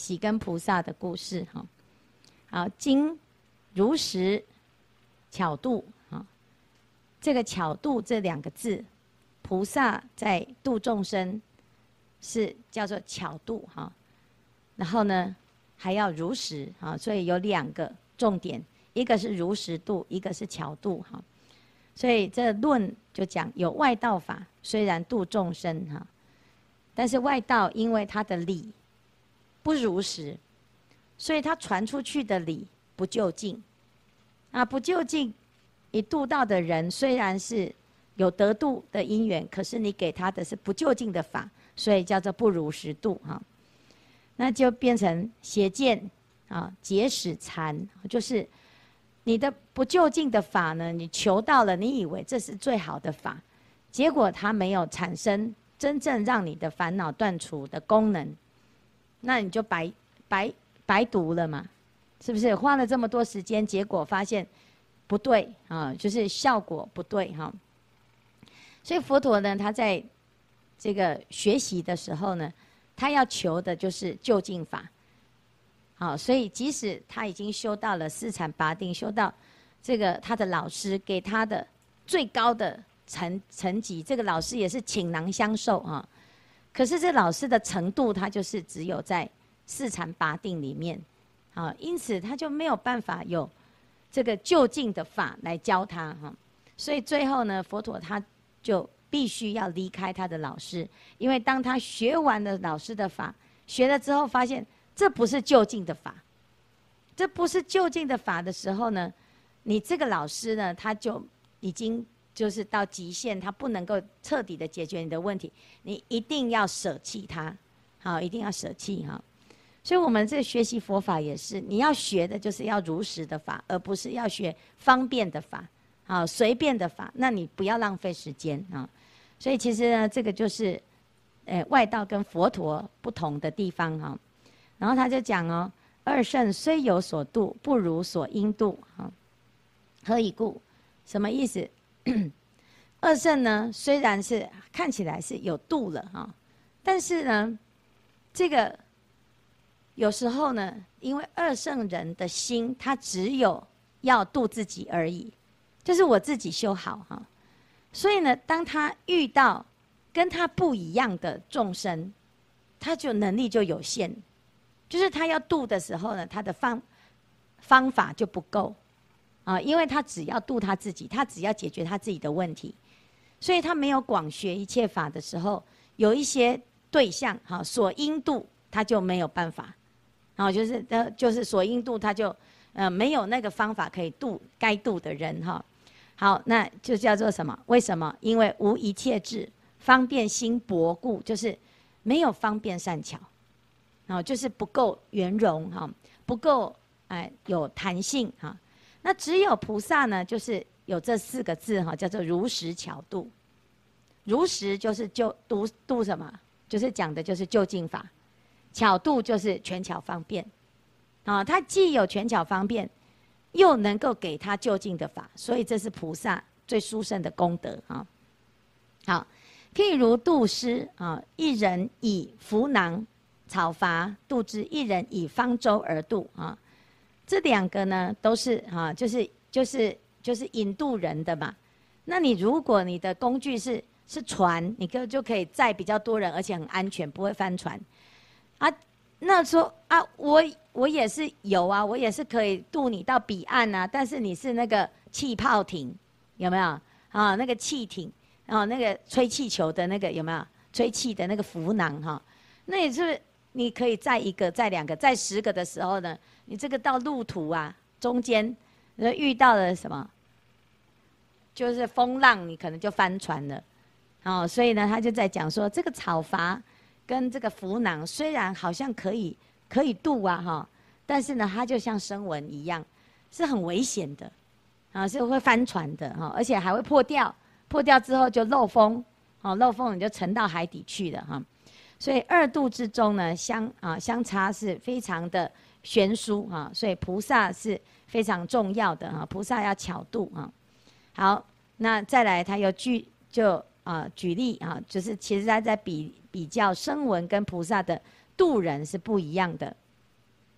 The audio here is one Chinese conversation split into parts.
喜根菩萨的故事哈。好，经如实巧度啊，这个巧度这2个字，菩萨在度众生是叫做巧度哈。然后呢，还要如实啊，所以有2个重点，一个是如实度，一个是巧度哈。所以这论就讲有外道法，虽然度众生哈，但是外道因为它的理不如实，所以它传出去的理不究竟啊，不究竟，你度到的人虽然是有得度的因缘，可是你给他的是不究竟的法，所以叫做不如实度哈。那就变成邪见啊，结使残，就是你的不究竟的法呢，你求到了，你以为这是最好的法，结果它没有产生真正让你的烦恼断除的功能，那你就白读了嘛，是不是？花了这么多时间，结果发现不对啊，就是效果不对哈。所以佛陀呢，他在这个学习的时候呢，他要求的就是究竟法。好，所以即使他已经修到了四禅八定，修到这个他的老师给他的最高的层级，这个老师也是倾囊相授啊。可是这老师的程度，他就是只有在四禅八定里面，啊，因此他就没有办法有这个究竟的法来教他哈。所以最后呢，佛陀他就必须要离开他的老师，因为当他学完了老师的法，学了之后发现这不是究竟的法，这不是究竟的法的时候呢，你这个老师呢，他就已经就是到极限，他不能够彻底的解决你的问题，你一定要舍弃他，好，一定要舍弃哈。所以我们这学习佛法也是，你要学的就是要如实的法，而不是要学方便的法，好，随便的法，那你不要浪费时间啊。所以其实呢，这个就是外道跟佛陀不同的地方哈。然后他就讲哦，二圣虽有所度，不如所应度哈。何以故？什么意思？二圣呢，虽然是看起来是有度了哈，但是呢，这个有时候呢，因为二圣人的心，他只有要度自己而已，就是我自己修好哈。所以呢，当他遇到跟他不一样的众生，他就能力就有限，就是他要度的时候呢，他的方法就不够啊，因为他只要度他自己，他只要解决他自己的问题，所以他没有广学一切法的时候，有一些对象哈所应度，他就没有办法。然后就是所应度，他就没有那个方法可以度该度的人哈。好，那就叫做什么？为什么？因为无一切智，方便心薄故，就是没有方便善巧，就是不够圆融哈，不够有弹性哈。那只有菩萨呢，就是有这4个字哈，叫做如实巧度。如实就是度什么？就是讲的就是究竟法。巧度就是权巧方便，啊，它既有权巧方便，又能够给他究竟的法，所以这是菩萨最殊胜的功德啊。好，譬如度师啊，一人以符囊、草筏度之，一人以方舟而度啊。这2个呢，都是啊，就是引渡人的嘛。那你如果你的工具是船，你就可以载比较多人，而且很安全，不会翻船。啊，那说啊，我也是有啊，我也是可以渡你到彼岸啊，但是你是那个气泡艇，有没有啊？那个气艇啊，那个吹气球的那个有没有？吹气的那个浮囊哈，那也是你可以载1个、载2个、载10个的时候呢，你这个到路途啊中间遇到了什么？就是风浪，你可能就翻船了。哦，所以呢，他就在讲说这个草筏跟这个浮囊虽然好像可以渡啊哈，但是呢，它就像声闻一样，是很危险的，啊，是会翻船的哈，而且还会破掉，破掉之后就漏风，哦，漏风你就沉到海底去了哈。所以2度之中呢，相差是非常的悬殊哈，所以菩萨是非常重要的哈，菩萨要巧度哈。好，那再来他又举例啊，就是其实他在比较声闻跟菩萨的度人是不一样的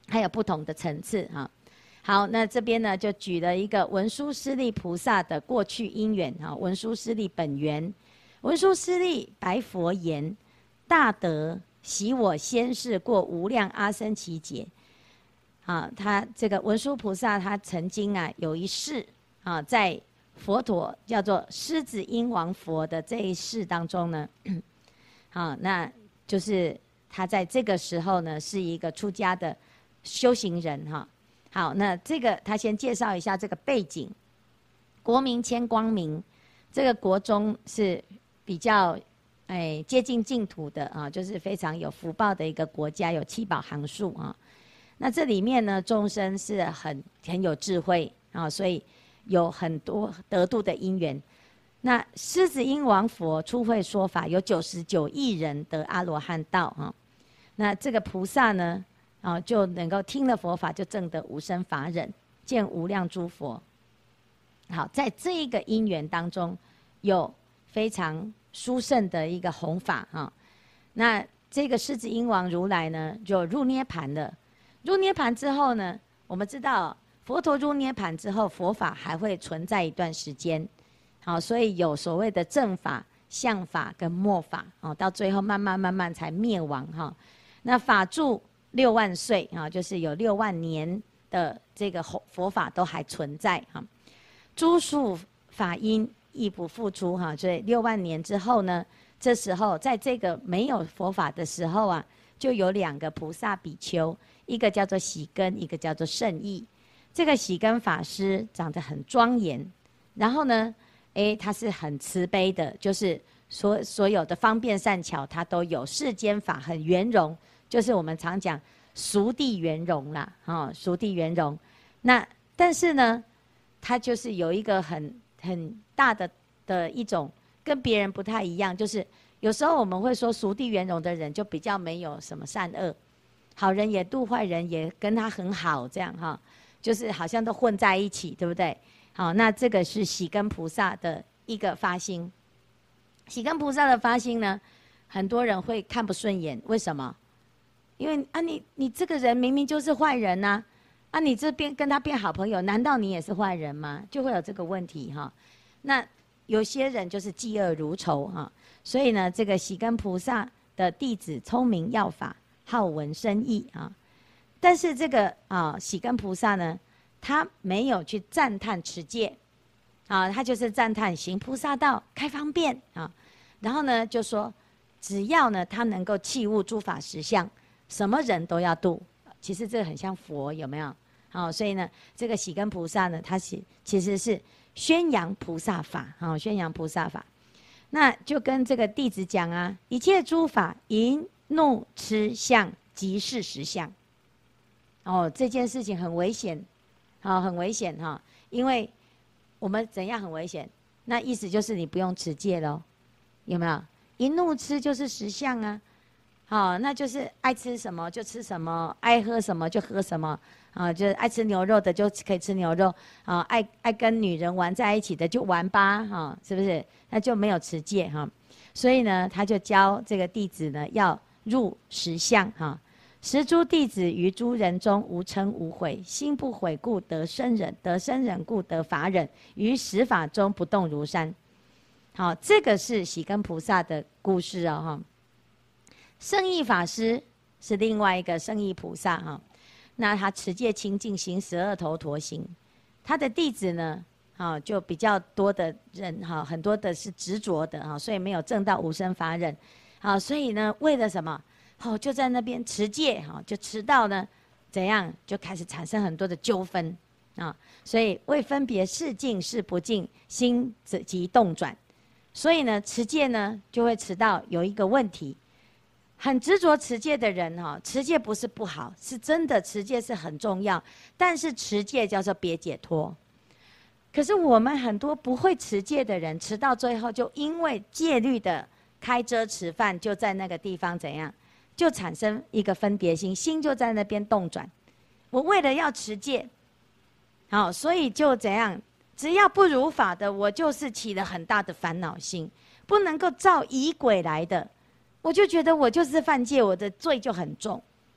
还有不同的层次哈。好，那这边呢就举了一个文殊师利菩萨的过去因缘哈。文殊师利本源，文殊师利白佛言：大德，昔我先世过无量阿僧祇劫。啊，他这个文殊菩萨，他曾经啊有一世啊，在佛陀叫做狮子音王佛的这一世当中呢，好，那就是他在这个时候呢是一个出家的修行人哈。好，那这个他先介绍一下这个背景，国名千光明，这个国中是比较接近净土的啊，就是非常有福报的一个国家，有七宝行树啊。那这里面呢，众生是很有智慧啊，所以有很多得度的因缘。那狮子音王佛初会说法，有99亿人得阿罗汉道啊。那这个菩萨呢，啊就能够听了佛法，就证得无生法忍，见无量诸佛。好，在这一个因缘当中，有非常殊胜的一个弘法啊。那这个狮子音王如来呢，就入涅盘了。入涅盘之后呢，我们知道佛陀入涅盘之后，佛法还会存在一段时间，好，所以有所谓的正法、相法跟末法，哦，到最后慢慢才灭亡哈。那法住6万岁啊，就是有6万年的这个佛法都还存在哈。诸数法因亦不复出哈，所以6万年之后呢，这时候在这个没有佛法的时候啊，就有2个菩萨比丘。一个叫做喜根，一个叫做胜意。这个喜根法师长得很庄严，然后呢，他是很慈悲的，就是所有的方便善巧他都有，世间法很圆融，就是我们常讲熟地圆融啦，熟地圆融。那但是呢，他就是有一个很大的一种跟别人不太一样，就是有时候我们会说熟地圆融的人就比较没有什么善恶。好人也度，坏人也跟他很好，这样哈，就是好像都混在一起，对不对？好，那这个是喜根菩萨的一个发心。喜根菩萨的发心呢，很多人会看不顺眼，为什么？因为啊，你这个人明明就是坏人呐，啊，你这边跟他变好朋友，难道你也是坏人吗？就会有这个问题哈。那有些人就是嫉恶如仇哈，所以呢，这个喜根菩萨的弟子聪明要法。好闻深义啊，但是这个喜根菩萨呢，他没有去赞叹持戒啊，他就是赞叹行菩萨道开方便啊，然后呢就说，只要呢他能够契悟诸法实相，什么人都要度。其实这个很像佛，有没有？好，所以呢，这个喜根菩萨呢，他其实是宣扬菩萨法啊，宣扬菩萨法。那就跟这个弟子讲啊，一切诸法淫怒痴相即是实相。哦，这件事情很危险，很危险哈，因为我们怎样很危险？那意思就是你不用持戒咯，有没有？淫怒痴就是实相啊，好，那就是爱吃什么就吃什么，爱喝什么就喝什么，就是爱吃牛肉的就可以吃牛肉，爱跟女人玩在一起的就玩吧，是不是？那就没有持戒哈，所以呢，他就教这个弟子呢要入实相哈。十诸弟子于诸人中无嗔无悔，心不悔故得生忍，得生忍故得法忍，于十法中不动如山。好，这个是喜根菩萨的故事哦哈。胜义法师是另外一个胜义菩萨哈，那他持戒清净，行12头陀行。他的弟子呢，就比较多的人哈，很多的是执着的哈，所以没有证到无生法忍。好，所以呢，为了什么？好，就在那边持戒哈，就持到呢，怎样就开始产生很多的纠纷啊。所以为分别是净是不净，心即动转。所以呢，持戒呢就会持到有一个问题。很执着持戒的人哈，持戒不是不好，是真的持戒是很重要，但是持戒叫做别解脱。可是我们很多不会持戒的人，持到最后就因为戒律的开遮持犯，就在那个地方怎样，就产生一个分别心，心就在那边动转。我为了要持戒，好，所以就怎样，只要不如法的，我就是起了很大的烦恼心，不能够照仪轨来的。我就觉得我就是犯戒，我的罪就很重。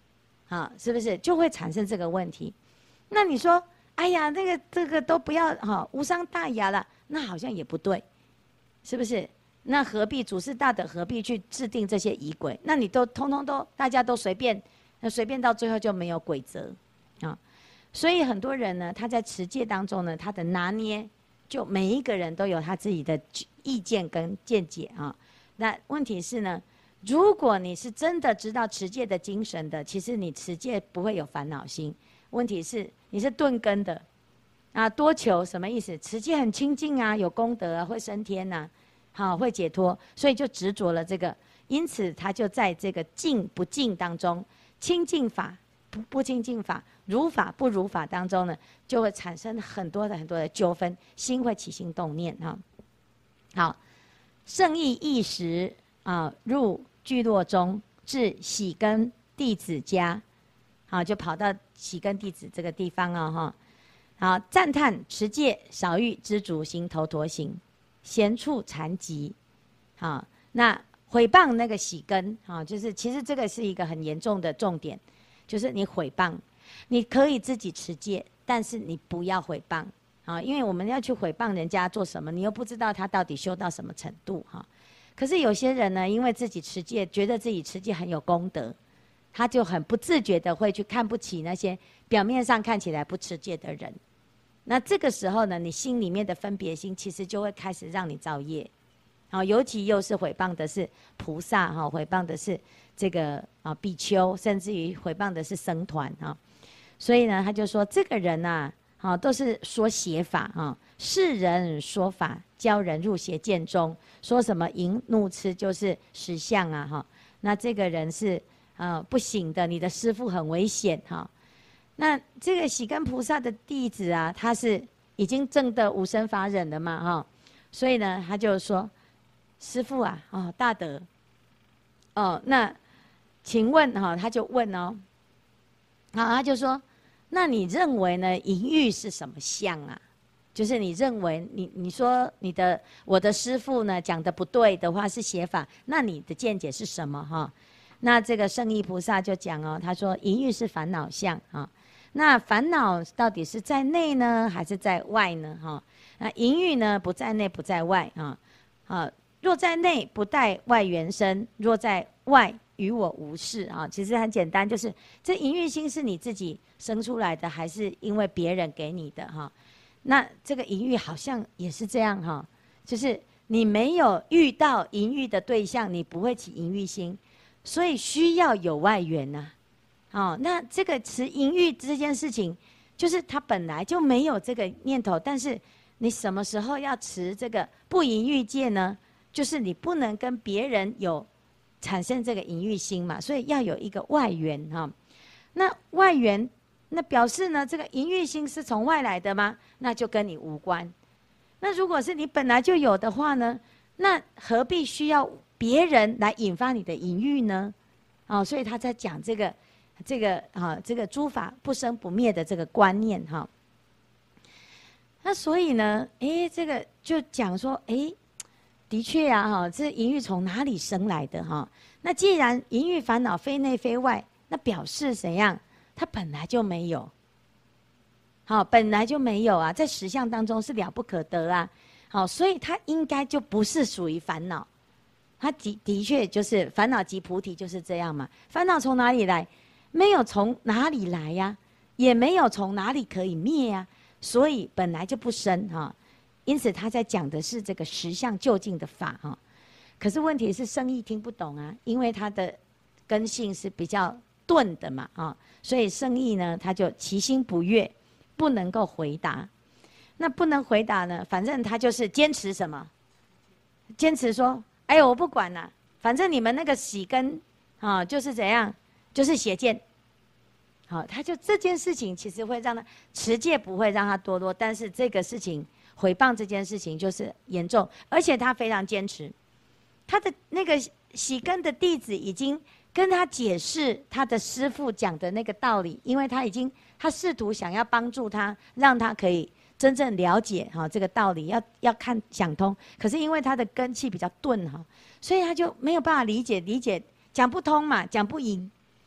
啊，是不是就会产生这个问题？那你说，哎呀，这个都不要哈，无伤大雅了，那好像也不对，是不是？那何必祖师大德何必去制定这些仪轨？那你都通通都大家都随便，那随便到最后就没有规则啊。所以很多人呢，他在持戒当中呢，他的拿捏，就每一个人都有他自己的意见跟见解啊。那问题是呢，如果你是真的知道持戒的精神的，其实你持戒不会有烦恼心。问题是你是顿根的啊，多求什么意思？持戒很清净啊，有功德啊，会升天呐。好，会解脱，所以就执着了这个，因此他就在这个净不净当中，清净法不清净法，如法不如法当中呢，就会产生很多的纠纷，心会起心动念哈。好，圣意一时啊，入聚落中，至喜根弟子家，好，就跑到喜根弟子这个地方啊哈。好，赞叹持戒少欲知足行头陀行。闲处禅疾，好，那毁谤那个喜根，啊，就是其实这个是一个很严重的重点，就是你毁谤，你可以自己持戒，但是你不要毁谤，啊，因为我们要去毁谤人家做什么，你又不知道他到底修到什么程度，哈。可是有些人呢，因为自己持戒，觉得自己持戒很有功德，他就很不自觉的会去看不起那些表面上看起来不持戒的人。那这个时候呢，你心里面的分别心其实就会开始让你造业，好，尤其又是毁谤的是菩萨哈，毁谤的是这个啊比丘，甚至于毁谤的是僧团哈，所以呢，他就说这个人呐，好都是说邪法哈，世人说法教人入邪见中，说什么淫怒痴就是实相啊哈，那这个人是不行的，你的师父很危险哈。那这个喜根菩萨的弟子啊，他是已经证得无生法忍了嘛，哈，所以呢，他就说：“师父啊，哦，大德，哦，那请问哈，他就问哦，好，他就说，那你认为呢？淫欲是什么相啊？就是你认为你说我的师父呢讲的不对的话是邪法，那你的见解是什么哈？那这个圣意菩萨就讲哦，他说淫欲是烦恼相啊。”那烦恼到底是在内呢，还是在外呢？哈，那淫欲呢，不在内，不在外啊。啊，若在内，不待外缘生；若在外，与我无事啊。其实很简单，就是这淫欲心是你自己生出来的，还是因为别人给你的？哈，那这个淫欲好像也是这样哈，就是你没有遇到淫欲的对象，你不会起淫欲心，所以需要有外缘呐。哦，那这个持淫欲这件事情，就是他本来就没有这个念头，但是你什么时候要持这个不淫欲戒呢？就是你不能跟别人有产生这个淫欲心嘛，所以要有一个外缘哈。那外缘，那表示呢，这个淫欲心是从外来的吗？那就跟你无关。那如果是你本来就有的话呢，那何必需要别人来引发你的淫欲呢？哦，所以他在讲这个诸法不生不灭的这个观念哈。那所以呢，这个就讲说，的确啊哈，这淫欲从哪里生来的哈？那既然淫欲烦恼非内非外，那表示怎样？它本来就没有，好，本来就没有啊，在实相当中是了不可得啊，好，所以它应该就不是属于烦恼。它的确就是烦恼即菩提，就是这样嘛。烦恼从哪里来？没有从哪里来呀，也没有从哪里可以灭呀，所以本来就不生哈。因此他在讲的是这个实相究竟的法哈。可是问题是圣意听不懂啊，因为他的根性是比较钝的嘛啊，所以圣意呢他就其心不悦，不能够回答。那不能回答呢，反正他就是坚持什么？坚持说，哎呦我不管了，反正你们那个喜根啊就是怎样，就是邪见。好，他就这件事情其实会让他持戒不会让他堕落，但是这个事情毁谤这件事情就是严重，而且他非常坚持。他的那个喜根的弟子已经跟他解释他的师父讲的那个道理，因为他试图想要帮助他，让他可以真正了解哈这个道理，要看想通。可是因为他的根气比较钝哈，所以他就没有办法理解，讲不通嘛，讲不赢。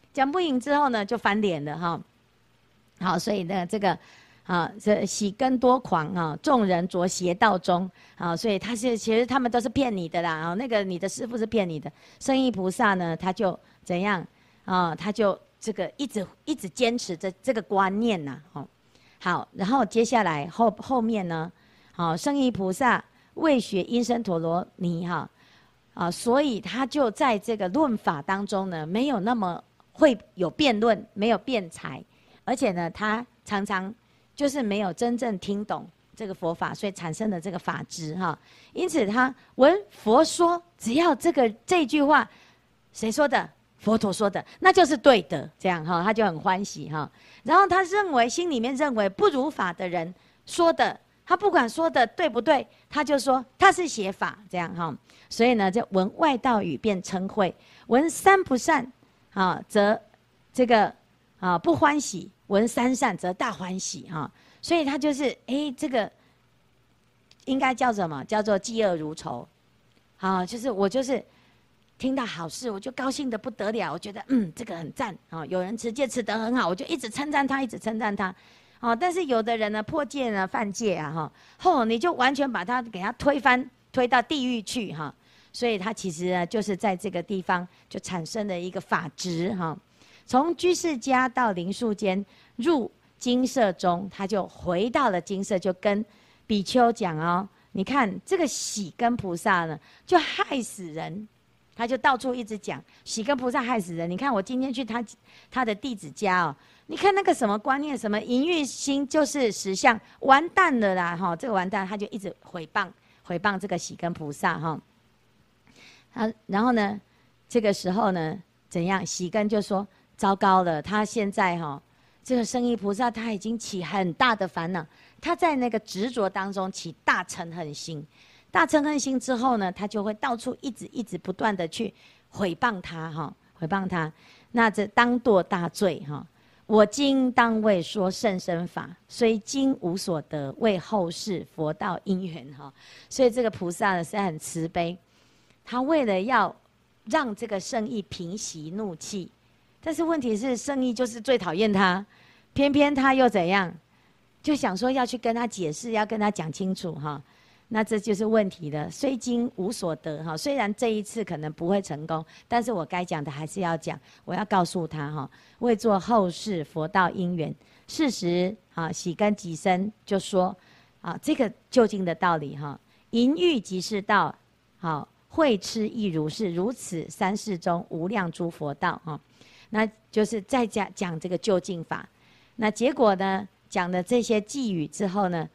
讲不赢之后呢，就翻脸了哈。好，所以呢，这个这喜根多狂啊，众人着邪道中啊，所以其实他们都是骗你的啦啊，那个你的师父是骗你的。圣意菩萨呢，他就怎样啊？他就这个一直坚持这个观念呐，哦，好，然后接下来后面呢，好，圣意菩萨为学因身陀罗尼哈所以他就在这个论法当中呢，没有那么会有辩论，没有辩才。而且呢，他常常就是没有真正听懂这个佛法，所以产生了这个法执哈。因此他闻佛说，只要这句话，谁说的？佛陀说的，那就是对的，这样哈，他就很欢喜哈。然后他心里面认为不如法的人说的，他不管说的对不对，他就说他是邪法，这样哈。所以呢，就闻外道语便称慧，闻三不善则这个不欢喜。闻三善则大欢喜哈，所以他就是这个应该叫什么？叫做嫉恶如仇，就是我就是听到好事，我就高兴得不得了，我觉得这个很赞有人持戒持得很好，我就一直称赞他，一直称赞他，但是有的人呢破戒呢犯戒啊你就完全把他给他推到地狱去哈，所以他其实呢就是在这个地方就产生了一个法执哈。从居士家到灵树间，入精舍中，他就回到了精舍，就跟比丘讲你看这个喜根菩萨呢，就害死人，他就到处一直讲喜根菩萨害死人。你看我今天去他的弟子家你看那个什么观念，什么淫欲心就是实相，完蛋了啦这个完蛋，他就一直毁谤这个喜根菩萨然后呢，这个时候呢，怎样？喜根就说。糟糕了，他现在这个圣意菩萨他已经起很大的烦恼，他在那个执着当中起大嗔恨心，大嗔恨心之后呢，他就会到处一直不断的去毁谤他毁谤他，那这当堕大罪我今当为说甚深法，虽今无所得，为后世佛道因缘所以这个菩萨呢是很慈悲，他为了要让这个圣意平息怒气。但是问题是，圣意就是最讨厌他，偏偏他又怎样，就想说要去跟他解释，要跟他讲清楚那这就是问题了。虽今无所得虽然这一次可能不会成功，但是我该讲的还是要讲，我要告诉他为做后世佛道因缘。事实喜根即生就说这个究竟的道理淫欲即是道慧痴亦如是，如此三世中无量诸佛道那就是再讲这个究竟法，那结果呢，讲了这些偈语之后呢，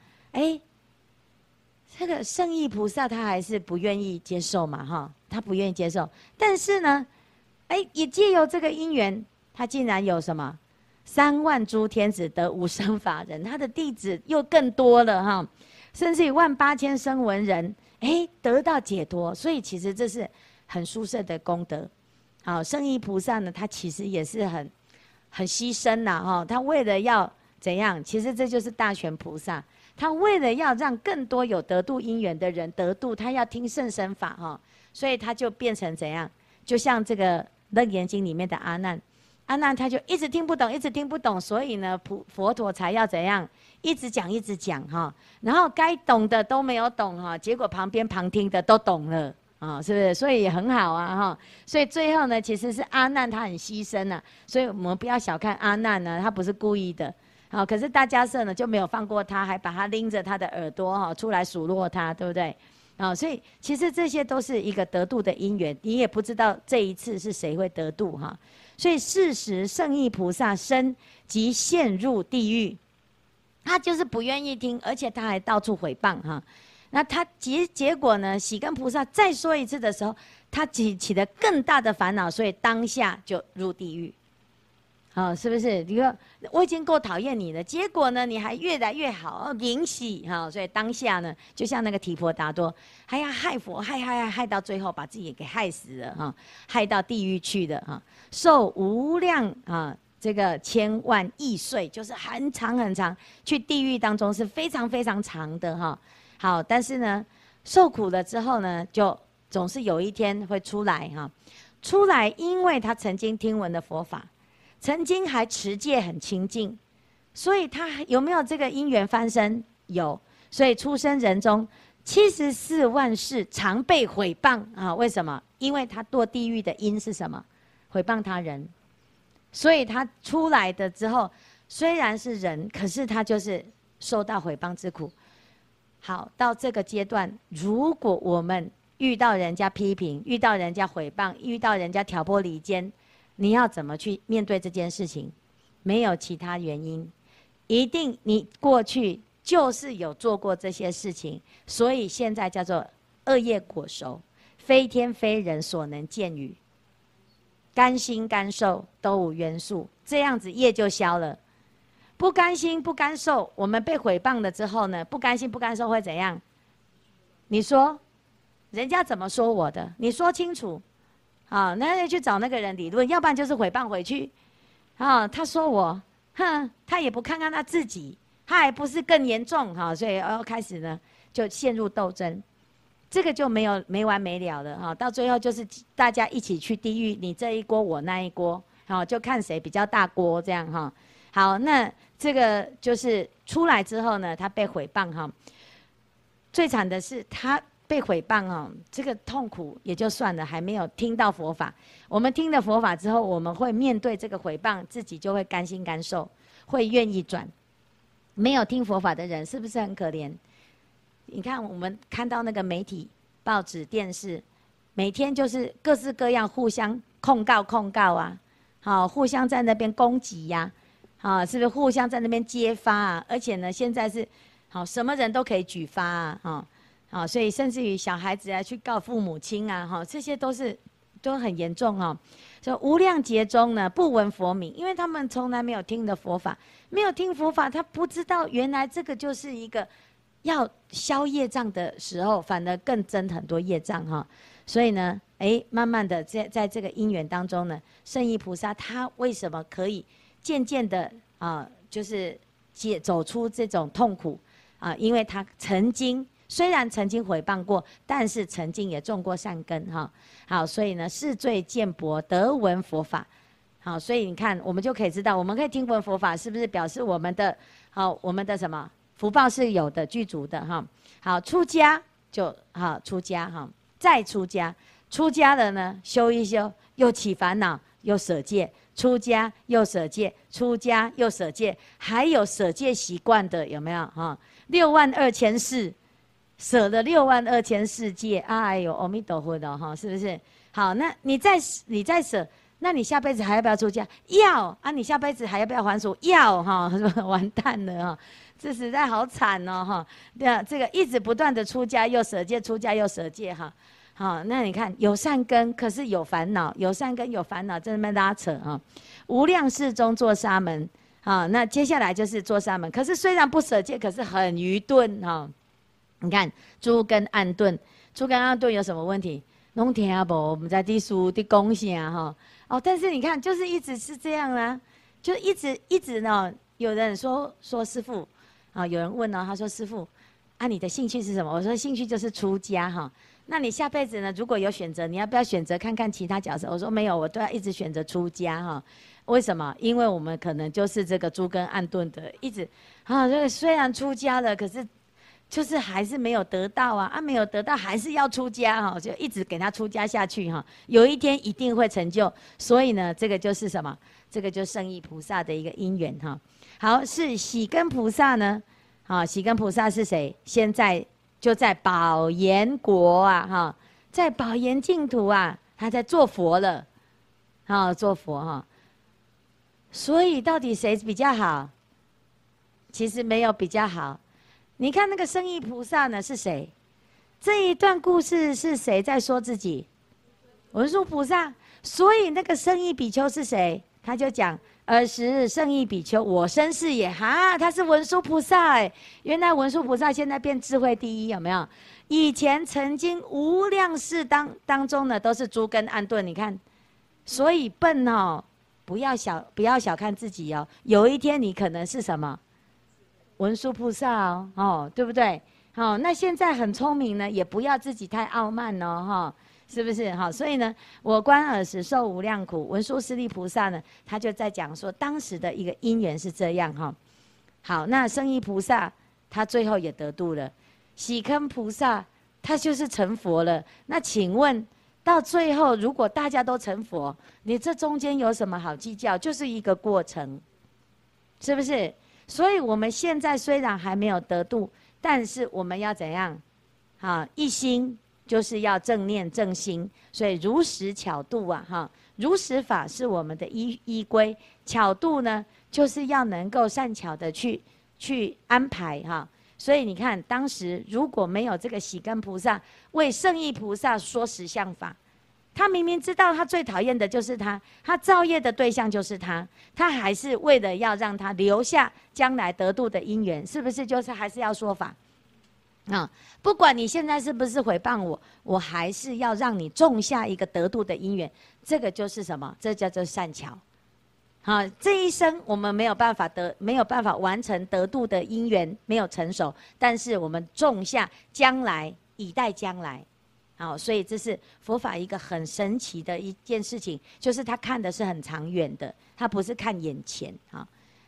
这个圣意菩萨他还是不愿意接受嘛他不愿意接受，但是呢，也借由这个因缘，他竟然有什么3万诸天子得无生法忍，他的弟子又更多了甚至于18000声闻人得到解脱，所以其实这是很殊胜的功德。圣意菩萨呢，他其实也是很牺牲他为了要怎样？其实这就是大权菩萨，他为了要让更多有得度因缘的人得度，他要听甚深法所以他就变成怎样？就像这个《楞严经》里面的阿难他就一直听不懂，所以呢，佛陀才要怎样？一直讲然后该懂的都没有懂结果旁边旁听的都懂了。是不是？所以也很好所以最后呢，其实是阿难他很牺牲所以我们不要小看阿难呢，他不是故意的。可是大迦叶呢就没有放过他，还把他拎着他的耳朵出来数落他，对不对？所以其实这些都是一个得度的因缘，你也不知道这一次是谁会得度所以事实圣意菩萨身即陷入地狱，他就是不愿意听，而且他还到处毁谤那他结果呢？喜根菩萨再说一次的时候，他起了更大的烦恼，所以当下就入地狱。是不是？你说我已经够讨厌你了，结果呢，你还越来越好，灵喜所以当下呢，就像那个提婆达多，还要害佛，害到最后把自己给害死了害到地狱去的受无量这个千万亿岁，就是很长，去地狱当中是非常非常长的好，但是呢，受苦了之后呢，就总是有一天会出来出来，因为他曾经听闻的佛法， 曾经还持戒很清净，所以他有没有这个因缘翻身？有，所以出生人中74万世常被毁谤啊！为什么？因为他堕地狱的因是什么？毁谤他人，所以他出来的之后，虽然是人，可是他就是受到毁谤之苦。好，到这个阶段，如果我们遇到人家批评，遇到人家毁谤，遇到人家挑拨离间，你要怎么去面对这件事情？没有其他原因，一定你过去就是有做过这些事情，所以现在叫做恶业果熟，非天非人所能见与，甘心甘受都无约束，这样子业就消了。不甘心不甘受，我们被毁谤了之后呢，不甘心不甘受会怎样？你说人家怎么说我的？你说清楚。好，那就去找那个人理论，要不然就是诽谤回去。啊，他说我，哼，他也不看看他自己，他还不是更严重哈，所以要开始呢就陷入斗争，这个就没完没了了哈，到最后就是大家一起去地狱，你这一锅我那一锅，好，就看谁比较大锅这样哈。好，那这个就是出来之后呢，他被毁谤哈，最惨的是他被毁谤哦，这个痛苦也就算了，还没有听到佛法。我们听了佛法之后，我们会面对这个毁谤，自己就会甘心甘受，会愿意转。没有听佛法的人，是不是很可怜？你看，我们看到那个媒体、报纸、电视，每天就是各式各样互相控告啊，好，互相在那边攻击呀，啊，是不是互相在那边揭发啊？而且呢，现在是好什么人都可以举发啊，哈。啊，所以甚至于小孩子啊去告父母亲啊，哈，这些都很严重哦。所以无量劫中呢，不闻佛名，因为他们从来没有听的佛法，没有听佛法，他不知道原来这个就是一个要消业障的时候，反而更增很多业障哈。所以呢，慢慢的在这个因缘当中呢，圣意菩萨他为什么可以渐渐的啊，就是走出这种痛苦啊？因为他虽然曾经毁谤过，但是曾经也种过善根哈。好，所以呢，世罪见薄，得闻佛法。好，所以你看，我们就可以知道，我们可以听闻佛法，是不是表示我们的什么福报是有的具足的哈？好，出家就好，出家哈，再出家，出家了呢，修一修，又起烦恼，又舍戒，出家又舍戒，出家又舍戒，还有舍戒习惯的有没有哈？62000世。舍了62000世界，哎呦，阿弥陀佛的哈，是不是？好，那你再舍，那你下辈子还要不要出家？要啊，你下辈子还要不要还俗？要哈，完蛋了哈，这实在好惨哦哈。对啊，这个一直不断的出家又舍戒，出家又舍戒哈。好，那你看有善根，可是有烦恼，有善根有烦恼，在那边拉扯啊。无量世中做沙门，好，那接下来就是做沙门，可是虽然不舍戒，可是很愚钝哈。你看诸根暗钝，诸根暗钝有什么问题？拢听不，我们在地书的贡献哈。哦，但是你看，就是一直是这样啦，就一直呢。有人说师父，啊，有人问呢，他说师父，啊，你的兴趣是什么？我说兴趣就是出家哈。那你下辈子呢？如果有选择，你要不要选择看看其他角色？我说没有，我都要一直选择出家哈。为什么？因为我们可能就是这个诸根暗钝的，一直啊，这个虽然出家了，可是。就是还是没有得到啊，没有得到还是要出家哈，就一直给他出家下去哈，有一天一定会成就。所以呢，这个就是什么？这个就是圣意菩萨的一个因缘哈。好，是喜根菩萨呢？好，喜根菩萨是谁？现在就在宝岩国啊哈，在宝岩净土啊，他在做佛了，好做佛哈。所以到底谁比较好？其实没有比较好。你看那个圣意菩萨呢是谁？这一段故事是谁在说自己？文殊菩萨。所以那个圣意比丘是谁？他就讲尔时圣意比丘，我生是也哈，他是文殊菩萨哎。原来文殊菩萨现在变智慧第一，有没有？以前曾经无量世当中呢，都是诸根暗钝。你看，所以笨哦，不要小看自己哦。有一天你可能是什么？文殊菩萨哦，对不对？好，那现在很聪明呢，也不要自己太傲慢哦，哈。 是不是？好，所以呢，我观尔时受无量苦。文殊师利菩萨呢，他就在讲说，当时的一个因缘是这样哈。好，那圣依菩萨他最后也得度了，喜坑菩萨他就是成佛了。那请问，到最后如果大家都成佛，你这中间有什么好计较？就是一个过程，是不是？所以我们现在虽然还没有得度，但是我们要怎样？啊，一心就是要正念正心，所以如实巧度啊，哈，如实法是我们的依归，巧度呢，就是要能够善巧的去安排哈。所以你看，当时如果没有这个喜根菩萨为圣依菩萨说实相法，他明明知道他最讨厌的就是他造业的对象就是他还是为了要让他留下将来得度的因缘，是不是？就是还是要说法。不管你现在是不是诽谤我，我还是要让你种下一个得度的因缘。这个就是什么？这叫做善巧。这一生我们没有办法完成得度的因缘，没有成熟，但是我们种下将来，以待将来。好，所以这是佛法一个很神奇的一件事情，就是他看的是很长远的，他不是看眼前。